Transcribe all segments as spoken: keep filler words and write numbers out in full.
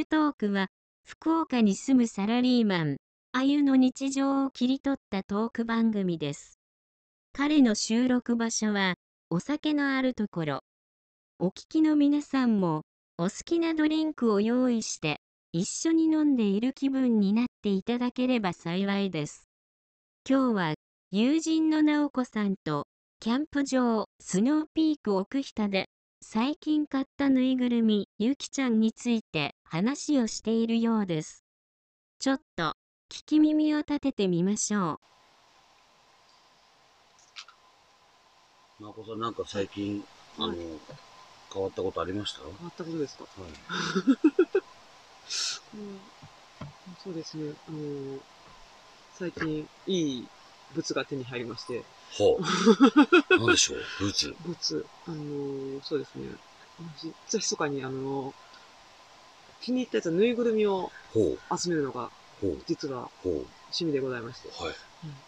トークは、福岡に住むサラリーマン、あゆの日常を切り取ったトーク番組です。彼の収録場所は、お酒のあるところ。お聞きの皆さんも、お好きなドリンクを用意して、一緒に飲んでいる気分になっていただければ幸いです。今日は、友人の直子さんと、キャンプ場、スノーピーク奥日田で、最近買ったぬいぐるみ、ゆきちゃんについて話をしているようです。ちょっと、聞き耳を立ててみましょう。直子さん、なんか最近、はい、あの、変わったことありました？ 変わったことですか？はい。うん、そうですね。あの、最近、いい物が手に入りまして。 ほう。なんでしょう、物。 物。あの、そうですね。私、ひそかに、あの、気に入ったやつはぬいぐるみを集めるのが、実は趣味でございまして。はい。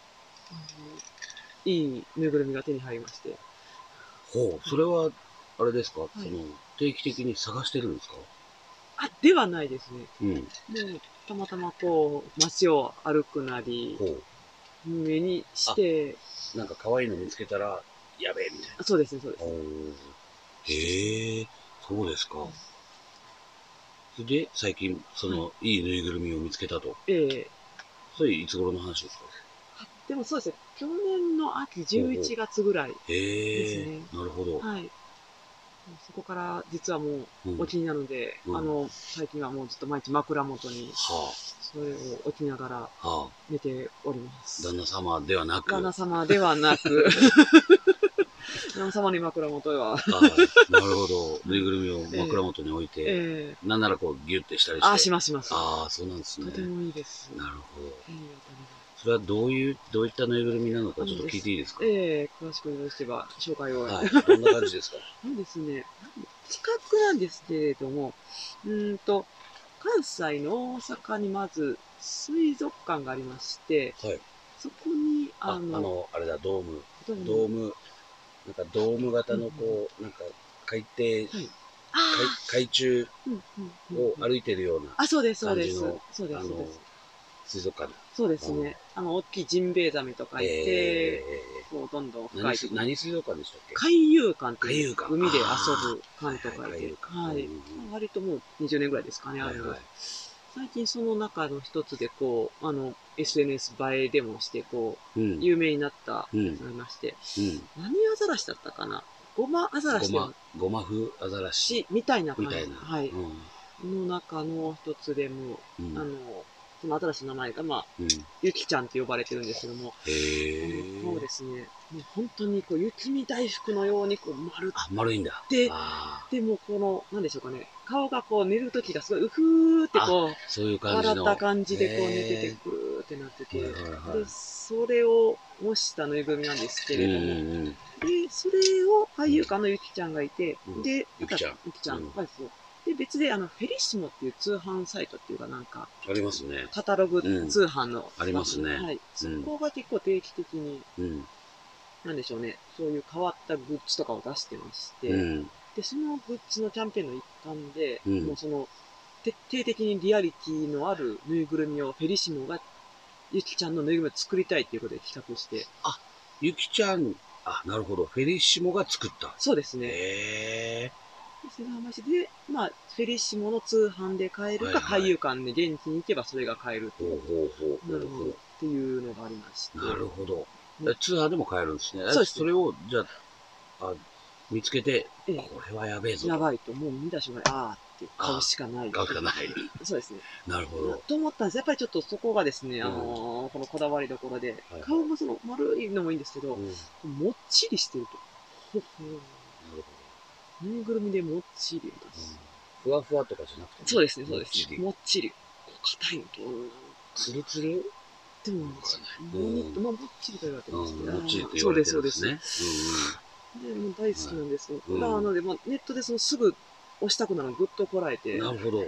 うん、いいぬいぐるみが手に入りまして。 ほう。それは、あれですか、はい、その、定期的に探してるんですか？ あ、ではないですね。 うん。 もう、たまたまこう、街を歩くなり、目にして、 なんか可愛いの見つけたら、やべえ、みたいな。 そうですね、そうです。 へえ、そうですか。それで、最近、その、いいぬいぐるみを見つけたと。ええ。それ、いつ頃の話ですか？ でもそうですね、去年の秋、じゅういちがつぐらいですね。 なるほど。 はい。そこから実はもうお気になるので、うん、あの、最近はもうずっと毎日枕元に、それを置きながら寝ております。 はあ、旦那様ではなく。 旦那様ではなく。旦那様に枕元は。 なるほど。ぬいぐるみを枕元に置いて、えー、なんならこうギュッてしたりして。 あ、しますします。 ああ、そうなんですね。 とてもいいです。 なるほど。えーそれはどういう、どういったぬいぐるみなのかちょっと聞いていいですか？ ええー、詳しくよろしければ紹介を。 はい。どんな感じですか？ そうですね。近くなんですけれども、うんと、関西の大阪にまず水族館がありまして、はい、そこに、 あの、あ、あの、あれだ、ドーム。ドーム。ドーム、なんかドーム型のこう、うん、なんか海底、はい、海、海中を歩いてるようなあ、そうです、そうです。 そうです、そうです。水族館。 そうですね。あの、大きいジンベエザメとかいて、えー、こう、どんどん深い。 何, 何水族館でしたっけ？ 海遊館っていう、海で遊ぶ館とかいて、はい。割ともうにじゅうねんぐらいですかね、あるので。最近その中の一つで、こう、あの、エスエヌエス 映えでもして、こう、うん、有名になったやつがありまして、うんうん、何アザラシだったかな？ゴマアザラシでも。 ゴマ風アザラシ。 みたいな感じ。はい。うん、の中の一つでも、うん、あの、その新しい名前が、まあ、うん、ゆきちゃんって呼ばれてるんですけども、へー、そうですね、もう本当にこう雪見大福のようにこう丸あ、丸いんだ。 で、でもこの、なんでしょうかね、顔がこう寝るときがすごい、うふーってこう、 そういう感じの笑った感じでこう寝てて、くるーってなってて、で、それを模したぬいぐるみなんですけれども、うんうん、で、それを俳優館のゆきちゃんがいて、うん、で、 ゆきちゃん。 ゆきちゃん、うん、はい、そう。で、別で、あの、フェリッシモっていう通販サイトっていうかなんか、 ありますね。 カタログ通販の、うん、 ありますね。 はい。そこが結構定期的に、うん、なんでしょうね、そういう変わったグッズとかを出してまして、うん、で、そのグッズのキャンペーンの一環で、うん、もうその、徹底的にリアリティのあるぬいぐるみをフェリッシモが、ゆきちゃんのぬいぐるみを作りたいっていうことで企画して。 あ、ゆきちゃん、あ、なるほど。フェリッシモが作った。 そうですね。 へー。 で、まあ、フェリッシモの通販で買えるか、はいはい、海遊館で現地に行けばそれが買えると。ほうほうほうほうほう。っていうのがありまして。 なるほど。ね、通販でも買えるんですね。そうですね。それを、じゃあ、あ見つけて、ええ、これはやべえぞと。 やばいと、もう見た瞬間に、あーって買うしかない。 買うしかない。 そうですね。 なるほど。 と思ったんです。やっぱりちょっとそこがですね、あのー、このこだわりどころで、はいはい、顔もその丸いのもいいんですけど、うん、もっちりしてると。ほほなるほど。ぬいぐるみでもっちり出す、 うん。ふわふわとかじゃなくて、ね、 そうですね、そうです。もっちり。硬いのと。 つるつるでも、もっちりと言われてますね。 もっちりと言われてるんですね。 で、もう大好きなんですよ。なので、まあ、ネットでそのすぐ押したくなるのをぐっとこらえて。 なるほど。はい。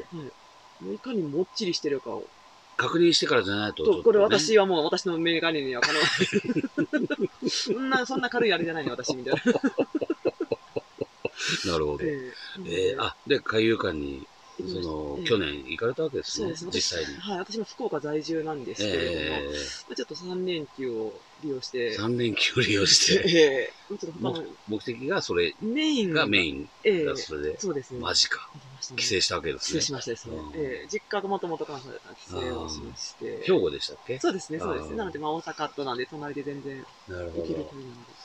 いかにもっちりしてるかを。 確認してからじゃないと。 と、これ私はもう、私のメガネにはかなわない。そんな、そんな軽いあれじゃないの、私、みたいな。 なるほど。えー、えー、あ、で、海遊館にその、去年行かれたわけですね、実際に。 はい、私も福岡在住なんですけれども、ちょっとさん連休を利用して。 さん連休を利用して。目的がそれメインがメインがそれで。 そうですね。 マジか。帰省したわけですね。 帰省しましたですね。実家がもともと関西だった帰省をしまして。 兵庫でしたっけ？ そうですね、そうですね。なので、まあ大阪となんで、隣で全然行ける距離なんです。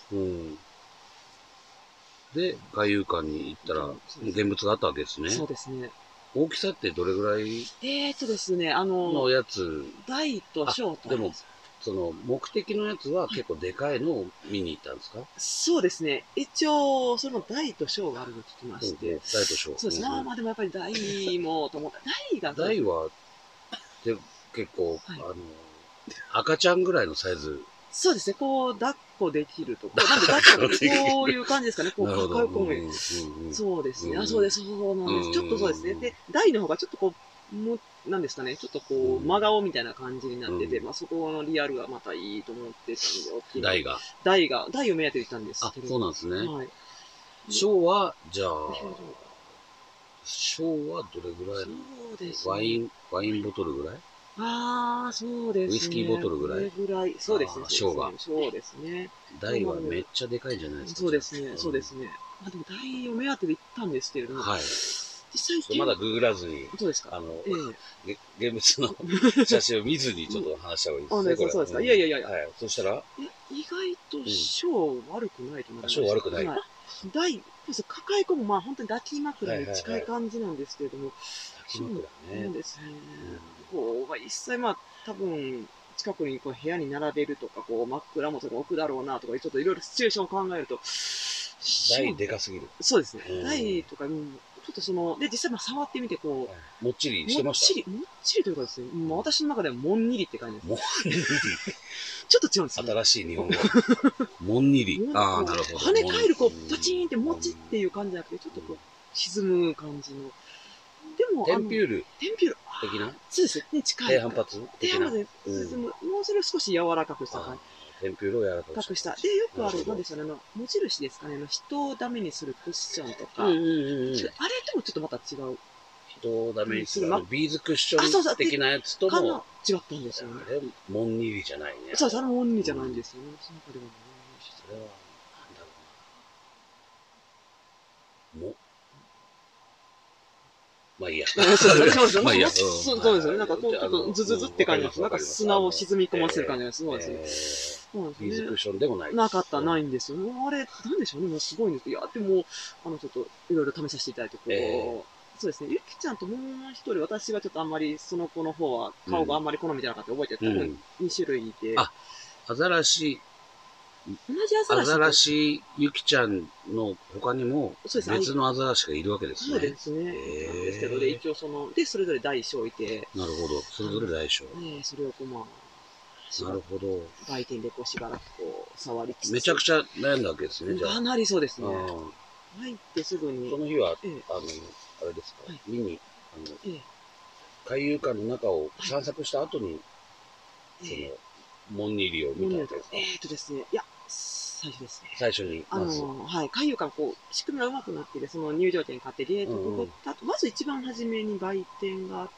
うん。 で、海遊館に行ったら、現物があったわけですね。 そうですね。 大きさってどれぐらいえーとですね、あの、 のやつ。 大と小と。 でも、その、目的のやつは結構でかいのを見に行ったんですか？ そうですね。一応、その大と小があるのを聞きまして。 大と小。 そうですね。まあでもやっぱり大もと思った。大が。 大は、で結構、あの、赤ちゃんぐらいのサイズ。 そうですね。こう、抱っこできるとか。なんで抱っこできるこういう感じですかね。こう、抱え込む。そうですね。あ、そうです。そうなんです。ちょっとそうですね。で、大の方がちょっとこう、も、なんですかね。ちょっとこう、真顔みたいな感じになってて、まあそこのリアルがまたいいと思ってたんで、大きい。 大が。 大が、大を目当てで行ったんですけど。あ、そうなんですね。 はい。 小は、じゃあ、小はどれぐらいの？ そうです。 ワイン、ワインボトルぐらい？ ああ、そうですね。 ウイスキーボトルぐらい？ ぐらい。そうですね。 小が。 そうですね。 大はめっちゃでかいじゃないですか。 そうですね。そうですね。まあでも大を目当てで行ったんですけれども。はい。 実際まだググらずに、 そうですか。 あの、現物の写真を見ずにちょっと話した方がいいですね。 そうですか。いやいやいやいや。 そしたら意外と小悪くないと思います。 小悪くない。 大、抱え込む、まあ本当に抱き枕に近い感じなんですけれども。 抱き枕ね。 そうですね。こう、一切まあ多分、近くにこう部屋に並べるとか、こう枕元に置くだろうなとか、ちょっといろいろシチュエーションを考えると。 大でかすぎる。 そうですね。大とか、ちょっとその、で、実際まあ触ってみて、こう、もっちりしてました。 もっちり、もっちりというかですね、もう私の中ではもんにりって感じです。 もんにりちょっと違うんですよ。 新しい日本語。もんにり。ああ、なるほど。 跳ね返る、こう、パチーンってもちっていう感じじゃなくて、ちょっとこう、沈む感じの。でも、 テンピュール。 テンピュール。 的なそうですね、近い。 低反発低反発で、もうそれを少し柔らかくした感じ。 テンピュールを柔らかくした。で、よくある、なんでしょうね、あの、無印ですかね、人をダメにするクッションとか。あれともちょっとまた違う。 人をダメにする、ビーズクッション的なやつとも違ったんですよね。 あれ、もんにりじゃないね。 そうです、あれもんにりじゃないんですよね。その中ではもんにりして。 それは、なんだろうな。も、まあいいや。 まあいいや。そうですよね。なんかこう、ちょっとズズズって感じです。なんか砂を沈み込ませる感じです。そうですね。 ビーズクッションでもない。 なかった、ないんですよ。あれ、なんでしょうね。もうすごいんですよ。いや、でも、あの、ちょっと、いろいろ試させていただいて、こう、そうですね。ゆきちゃんともう一人、私がちょっとあんまり、その子の方は、顔があんまり好みじゃなかった覚えてる。多分、に種類いて。 あ、アザラシ、 同じアザラシ。 アザラシ、ゆきちゃんの他にも、別のアザラシがいるわけですね。 そうですね。ですけど、で、一応その、で、それぞれ大小いて。 なるほど。それぞれ大小。 ねそれをこう、まあ、 なるほど。 売店でこうしばらくこう、触りつつ。 めちゃくちゃ悩んだわけですね、じゃあ。 かなりそうですね。入ってすぐに。 その日は、あの、あれですか、見に、あの、海遊館の中を散策した後に、その、もんにりを見たわけですか？ えっとですね、いや、最初ですね。 最初に。 あの、はい、海遊館、こう、仕組みが上手くなってて、その入場券買ってゲートくぐった後、まず一番初めに売店があって、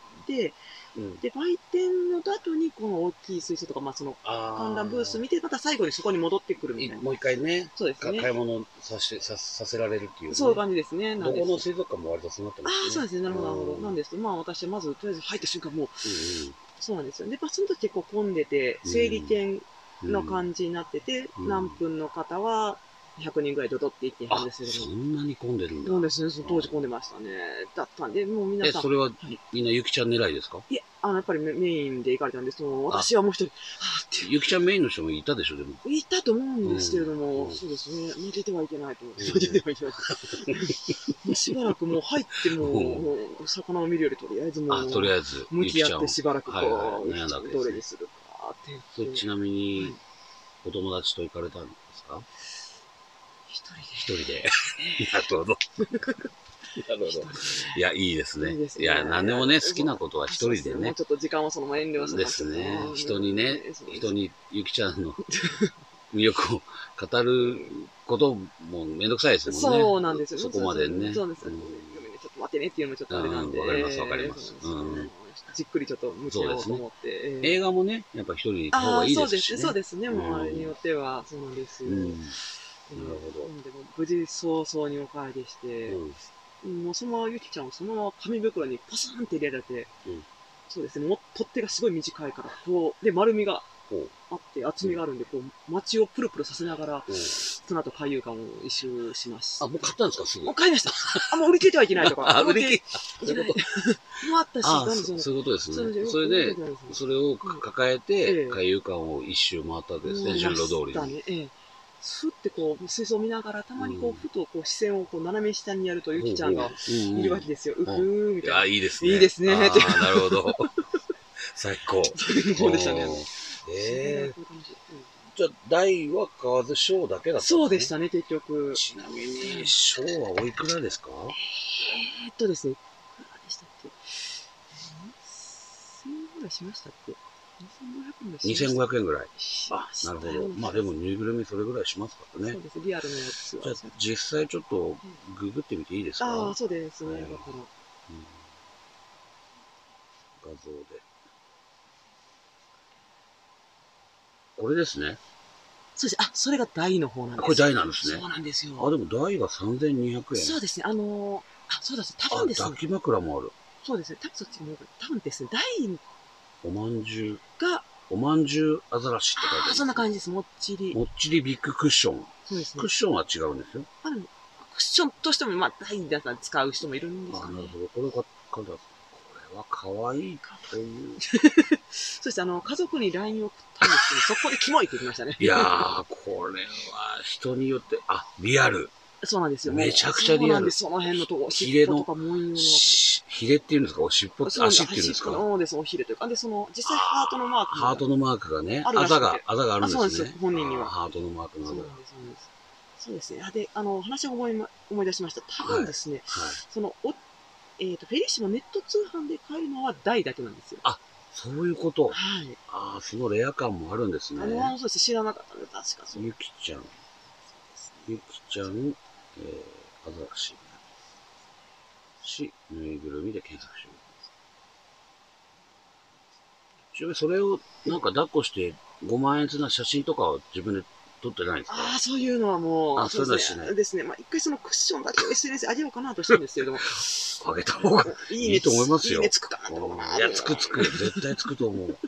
で、売店の後に、この大きい水槽とか、まあ、その、観覧ブース見て、また最後にそこに戻ってくるみたいな。 もう一回ね、 そうですね。 買い物させ、さ、させられるっていう。 そういう感じですね。 どこの水族館も割とそうなってますね。 ああ、そうですね。なるほど、なるほど。なんですけど、まあ、私はまず、とりあえず入った瞬間、もう、そうなんですよ。で、まあ、その時結構混んでて、整理券の感じになってて、何分の方は、ひゃくにんぐらいドドって一気に入るんですけども。そんなに混んでるんだ。 そうですね。当時混んでましたね。だったんで、もう皆さん。 え、それはみんなゆきちゃん狙いですか？ いえ、あの、やっぱりメインで行かれたんですけど、私はもう一人、はぁって。ゆきちゃんメインの人もいたでしょ、でも。 いたと思うんですけれども、そうですね。負けてはいけないと思って。負けてはいけない。しばらくもう入っても、魚を見るよりとりあえずもう、 あ、とりあえず、 向き合ってしばらくこう、 悩んだわけです。 どれにするかって。 ちなみに、お友達と行かれたんですか？ 一人で。 一人で。なるほど。なるほど。いや、いいですね。いや、何でもね、好きなことは一人でね。 ちょっと時間はそのまま遠慮させて。 ですね。人にね、人にゆきちゃんの魅力を語ることもめんどくさいですもんね。 そうなんですよ。 そこまでね。 そうですよね。 待ってねっていうのもちょっとあれなんで。 わかります、わかります。 じっくりちょっと向き合おうと思って。 映画もね、やっぱ一人行った方がいいですしね。 そうですね、もうあれによっては、そうなんですよ。なるほど。でも無事早々にお帰りして、もうそのままゆきちゃんをそのまま紙袋にパサーンって入れられて、そうですね、もう取っ手がすごい短いから、こう、で、丸みがあって、厚みがあるんで、こう、街をプルプルさせながら、その後海遊館を一周しました。 あ、もう買ったんですか、すぐ。 もう買いました。あ、もう売り切れてはいけないとか。 あ、売り切れいけない。もうあったし、 あそういうことですね。それで、それを抱えて、海遊館を一周回ったわけですね、順路通りに。 ええ。ふってこう、水槽を見ながら、たまにこう、ふとこう、視線をこう、斜め下にやると、ゆきちゃんがいるわけですよ。うふーみたいな。 あ、いいですね。 いいですね。 なるほど。最高。 最高でしたね。 ええ。じゃあ、大は買わず小だけだったんですね。 そうでしたね、結局。 ちなみに、小はおいくらですか？ えーっとですね、いくらでしたっけ？にせんえんぐらいしましたっけ？ にせんごひゃくえんぐらい。あ、なるほど。まあでも、ぬいぐるみそれぐらいしますからね。 そうです、リアルのやつは。 じゃあ、実際ちょっと、ググってみていいですか？ ああ、そうですね、だから。 画像で。これですね。 そうです。あ、それが大の方なんです。 これ大なんですね。 そうなんですよ。 あ、でも大がさんぜんにひゃくえん。 そうですね。あのー、あ、そうですね。多分ですね。 抱き枕もある。 そうですね。多分そっちの方が、多分ですね。大おまんじゅう。 が、 おまんじゅうアザラシって書いてある。 あ、そんな感じです。もっちり。 もっちりビッグクッション。 そうですね。 クッションは違うんですよ。 あの、クッションとしても、まあ、大だったら使う人もいるんですかね。 あ、なるほど。これが、これは可愛いという。 そうです。あの、家族に ライン を送ったんですけど、そこでキモいって言ってましたね。 いやー、これは人によって、あ、リアル。 そうなんですよ。 めちゃくちゃリアル。 そうなんです。その辺のとこ、 ヒレの、 ヒレっていうんですか、お尻尾、足っていうんですか。 そうです、おヒレというか。で、その、実際ハートのマーク。 ハートのマークがね、あざが、あざがあるんですね。 そうです、本人には。 ハートのマークのあざ。 そうなんです、そうなんです。そうですね。で、あの、話を思い、思い出しました。多分ですね、その、お、えっと、フェリッシモネット通販で買えるのは大だけなんですよ。 あ、そういうこと。 はい。 ああ、そのレア感もあるんですね。 あの、そうです。知らなかったんで、確かそう。 ゆきちゃん。ゆきちゃん、えー、アザラシ。し、ぬいぐるみで検索します。ちなみにそれをなんか抱っこしてごまん円つな写真とかは自分で撮ってないんですか？ ああ、そういうのはもう、 あ、そういうのはしない。 ですね。まあ、一回そのクッションだけを エスエヌエス で上げようかなとしたんですけれども。 上げた方がいいと思いますよ。 いいねつくかなと思うな。 いや、つくつく。絶対つくと思う。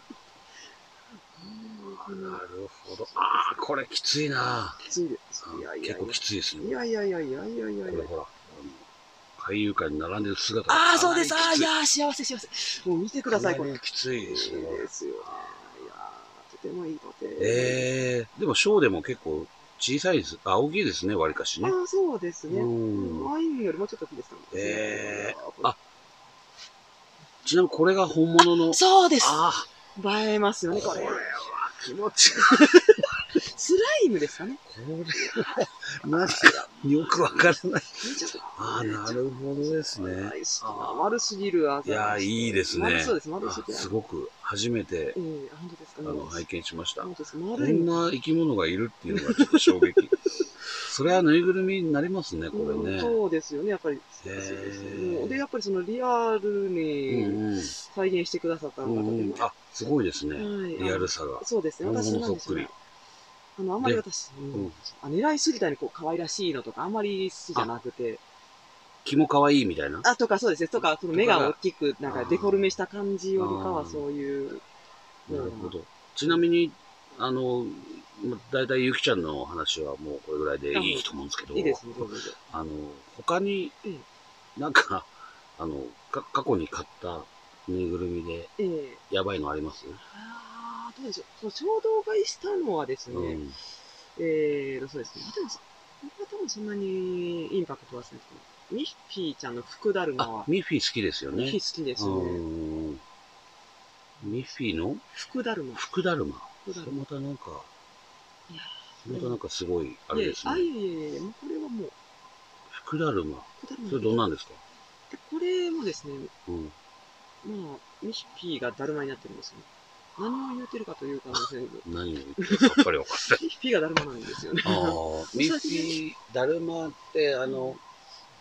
なるほど。ああ、これきついな。 きついです。 いやいや結構きついですね。 いやいやいやいやいやいやいや。 これほら、海遊館に並んでる姿が。ああ、そうです。ああ、いや幸せ幸せ。もう見てください、これ。 きついですよ。いいですよね。いやとてもいいとて。 ええー、でもショーでも結構小さいです。あ、大きいですね、わりかしね。 ああ、そうですね。ワインよりもちょっと大きいですかね。 ええー、あ、ちなみにこれが本物の。 そうです。 ああ。映えますよね、これ。 これは気持ちいい。 スライムですかね。 これは、何かよくわからない。ああ、なるほどですね。 丸すぎる。 いや、いいですね。 そうです、丸すぎる。 すごく初めて、 えー、本当ですかね。 あの、拝見しました。 本当です。 こんな生き物がいるっていうのがちょっと衝撃。それはぬいぐるみになりますね、これね。 そうですよね、やっぱり。で、やっぱりそのリアルに再現してくださったのが、 あ、すごいですね。リアルさが。 そうですね、私もそっくり。 あの、あんまり私、狙いすぎたにこう可愛らしいのとか、あんまり好きじゃなくて。 気も可愛いみたいな。 あ、とかそうですね。とか、その目が大きく、なんかデフォルメした感じよりかは、そういう。 なるほど。ちなみに、あの、だいたいゆきちゃんの話はもうこれぐらいでいいと思うんですけど、 いいですね、 あの、他に、なんか、あの、か過去に買ったぬいぐるみで、やばいのあります？ ああ、どうでしょう。その衝動買いしたのはですね、えーと、そうですね。僕は多分そんなにインパクトはしないですけど、ミッフィーちゃんの福だるまは。 ミッフィー好きですよね。 ミッフィー好きですね。 ミッフィーの福だるま。 福だるま。それまたなんか、またなんかすごい、あれですね。 あ、いえいえいえ、もうこれはもう。 福だるま。それどんなんですか？ これもですね、 うん、 まあ、ミッフィーがだるまになってるんですよね。何を言ってるかというとですね。 何を言ってるかさっぱり分かった。 ミッフィーがだるまなんですよね。 ああ、ミッフィー、だるまって、あの、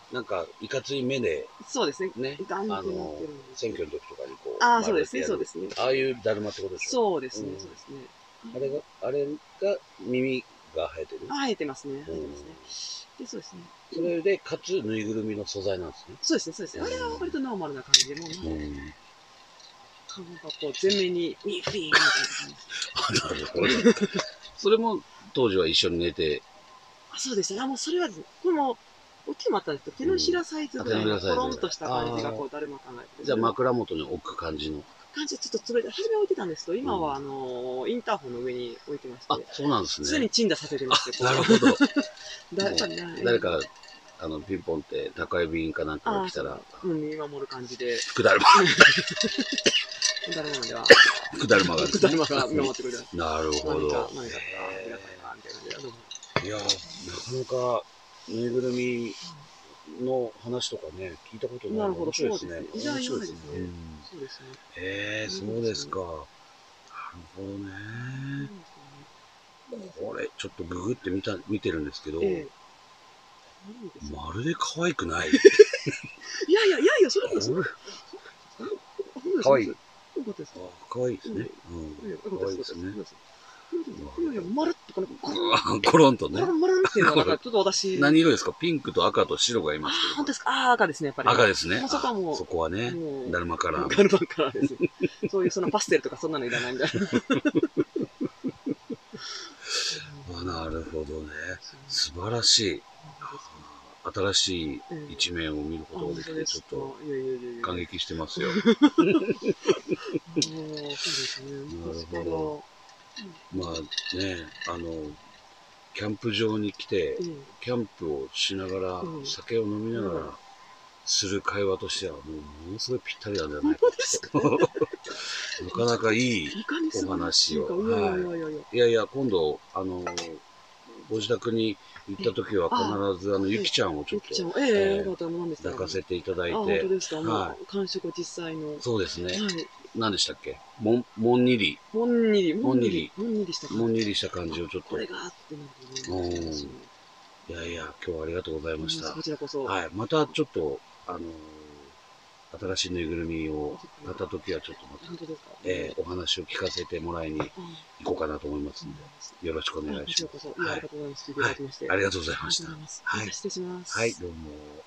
なんか、いかつい目で、 そうですね。 ね、あの、選挙の時とかにこう、 ああ、そうですね、そうですね。 ああいうだるまってことでしょ？ そうですね、そうですね。 あれが、あれが耳が生えてる？ あ、生えてますね。生えてますね。で、そうですね。 それで、かつ、ぬいぐるみの素材なんですね。 そうですね、そうですね。あれは割とノーマルな感じで、もう、顔がこう、全面に、ミフィーみたいな感じ。 あ、なるほど。それも、当時は一緒に寝て。 あ、そうですね。あ、もうそれは、これも、大きくもあったんですけど、手のひらサイズぐらいのコロンとした感じが、こう、だるま考えて。 じゃあ、枕元に置く感じの。 感じちょっとつぶれて、初め置いてたんですけど、今は、あの、インターホンの上に置いてまして。 あ、そうなんですね。 常に鎮座させてまして。 なるほど。誰か、あの、ピンポンって宅配便かなんかが来たら。 うん、見守る感じで。 福だるま。 福だるまでは。 福だるまが。 福だるまが見守ってくれた。 なるほど。 何か、何かあったら、ありがたいな、みたいな感じで。 いや、なかなか、ぬいぐるみの話とかね、聞いたことない。 なるほど、そうですね。 面白いですね。そうですね。 ええ、そうですか。なるほどね。これ、ちょっとググってみた、見てるんですけど、まるで可愛くない。いやいやいやいや、それこそ。 可愛い。 可愛いですね。うん。可愛いですね。 いやいや、まるっとこの、 コロンとね。 まるっていうのは、ちょっと私。 何色ですか？ピンクと赤と白がいますけど。 本当ですか？ああ、赤ですね、やっぱり。 赤ですね。 そこはもう。 そこはね、だるまカラー。 だるまカラーですね。そういうそのパステルとかそんなのいらないんだ。 あ、なるほどね。素晴らしい。新しい一面を見ることができて、ちょっと感激してますよ。なるほど。まあね、あの、キャンプ場に来て、キャンプをしながら、酒を飲みながらする会話としては、もうものすごいぴったりなんじゃないかと。なかなかいいお話を。いやいや、今度、あの、ご自宅に行った時は必ず、あの、ゆきちゃんをちょっと、抱かせていただいて。 本当ですか？はい。感触実際の。 そうですね。何でしたっけ？もん、もんにり。 もんにり。 もんにり。 もんにりした感じ。 もんにりした感じをちょっと。 これがってなるね。 いやいや、今日はありがとうございました。 こちらこそ。 はい。またちょっと、あの、新しいぬいぐるみを買った時はちょっとまた、えー、お話を聞かせてもらいに行こうかなと思いますので、よろしくお願いします。 ありがとうございます。 ありがとうございました。 はい。失礼します。 はい、どうも。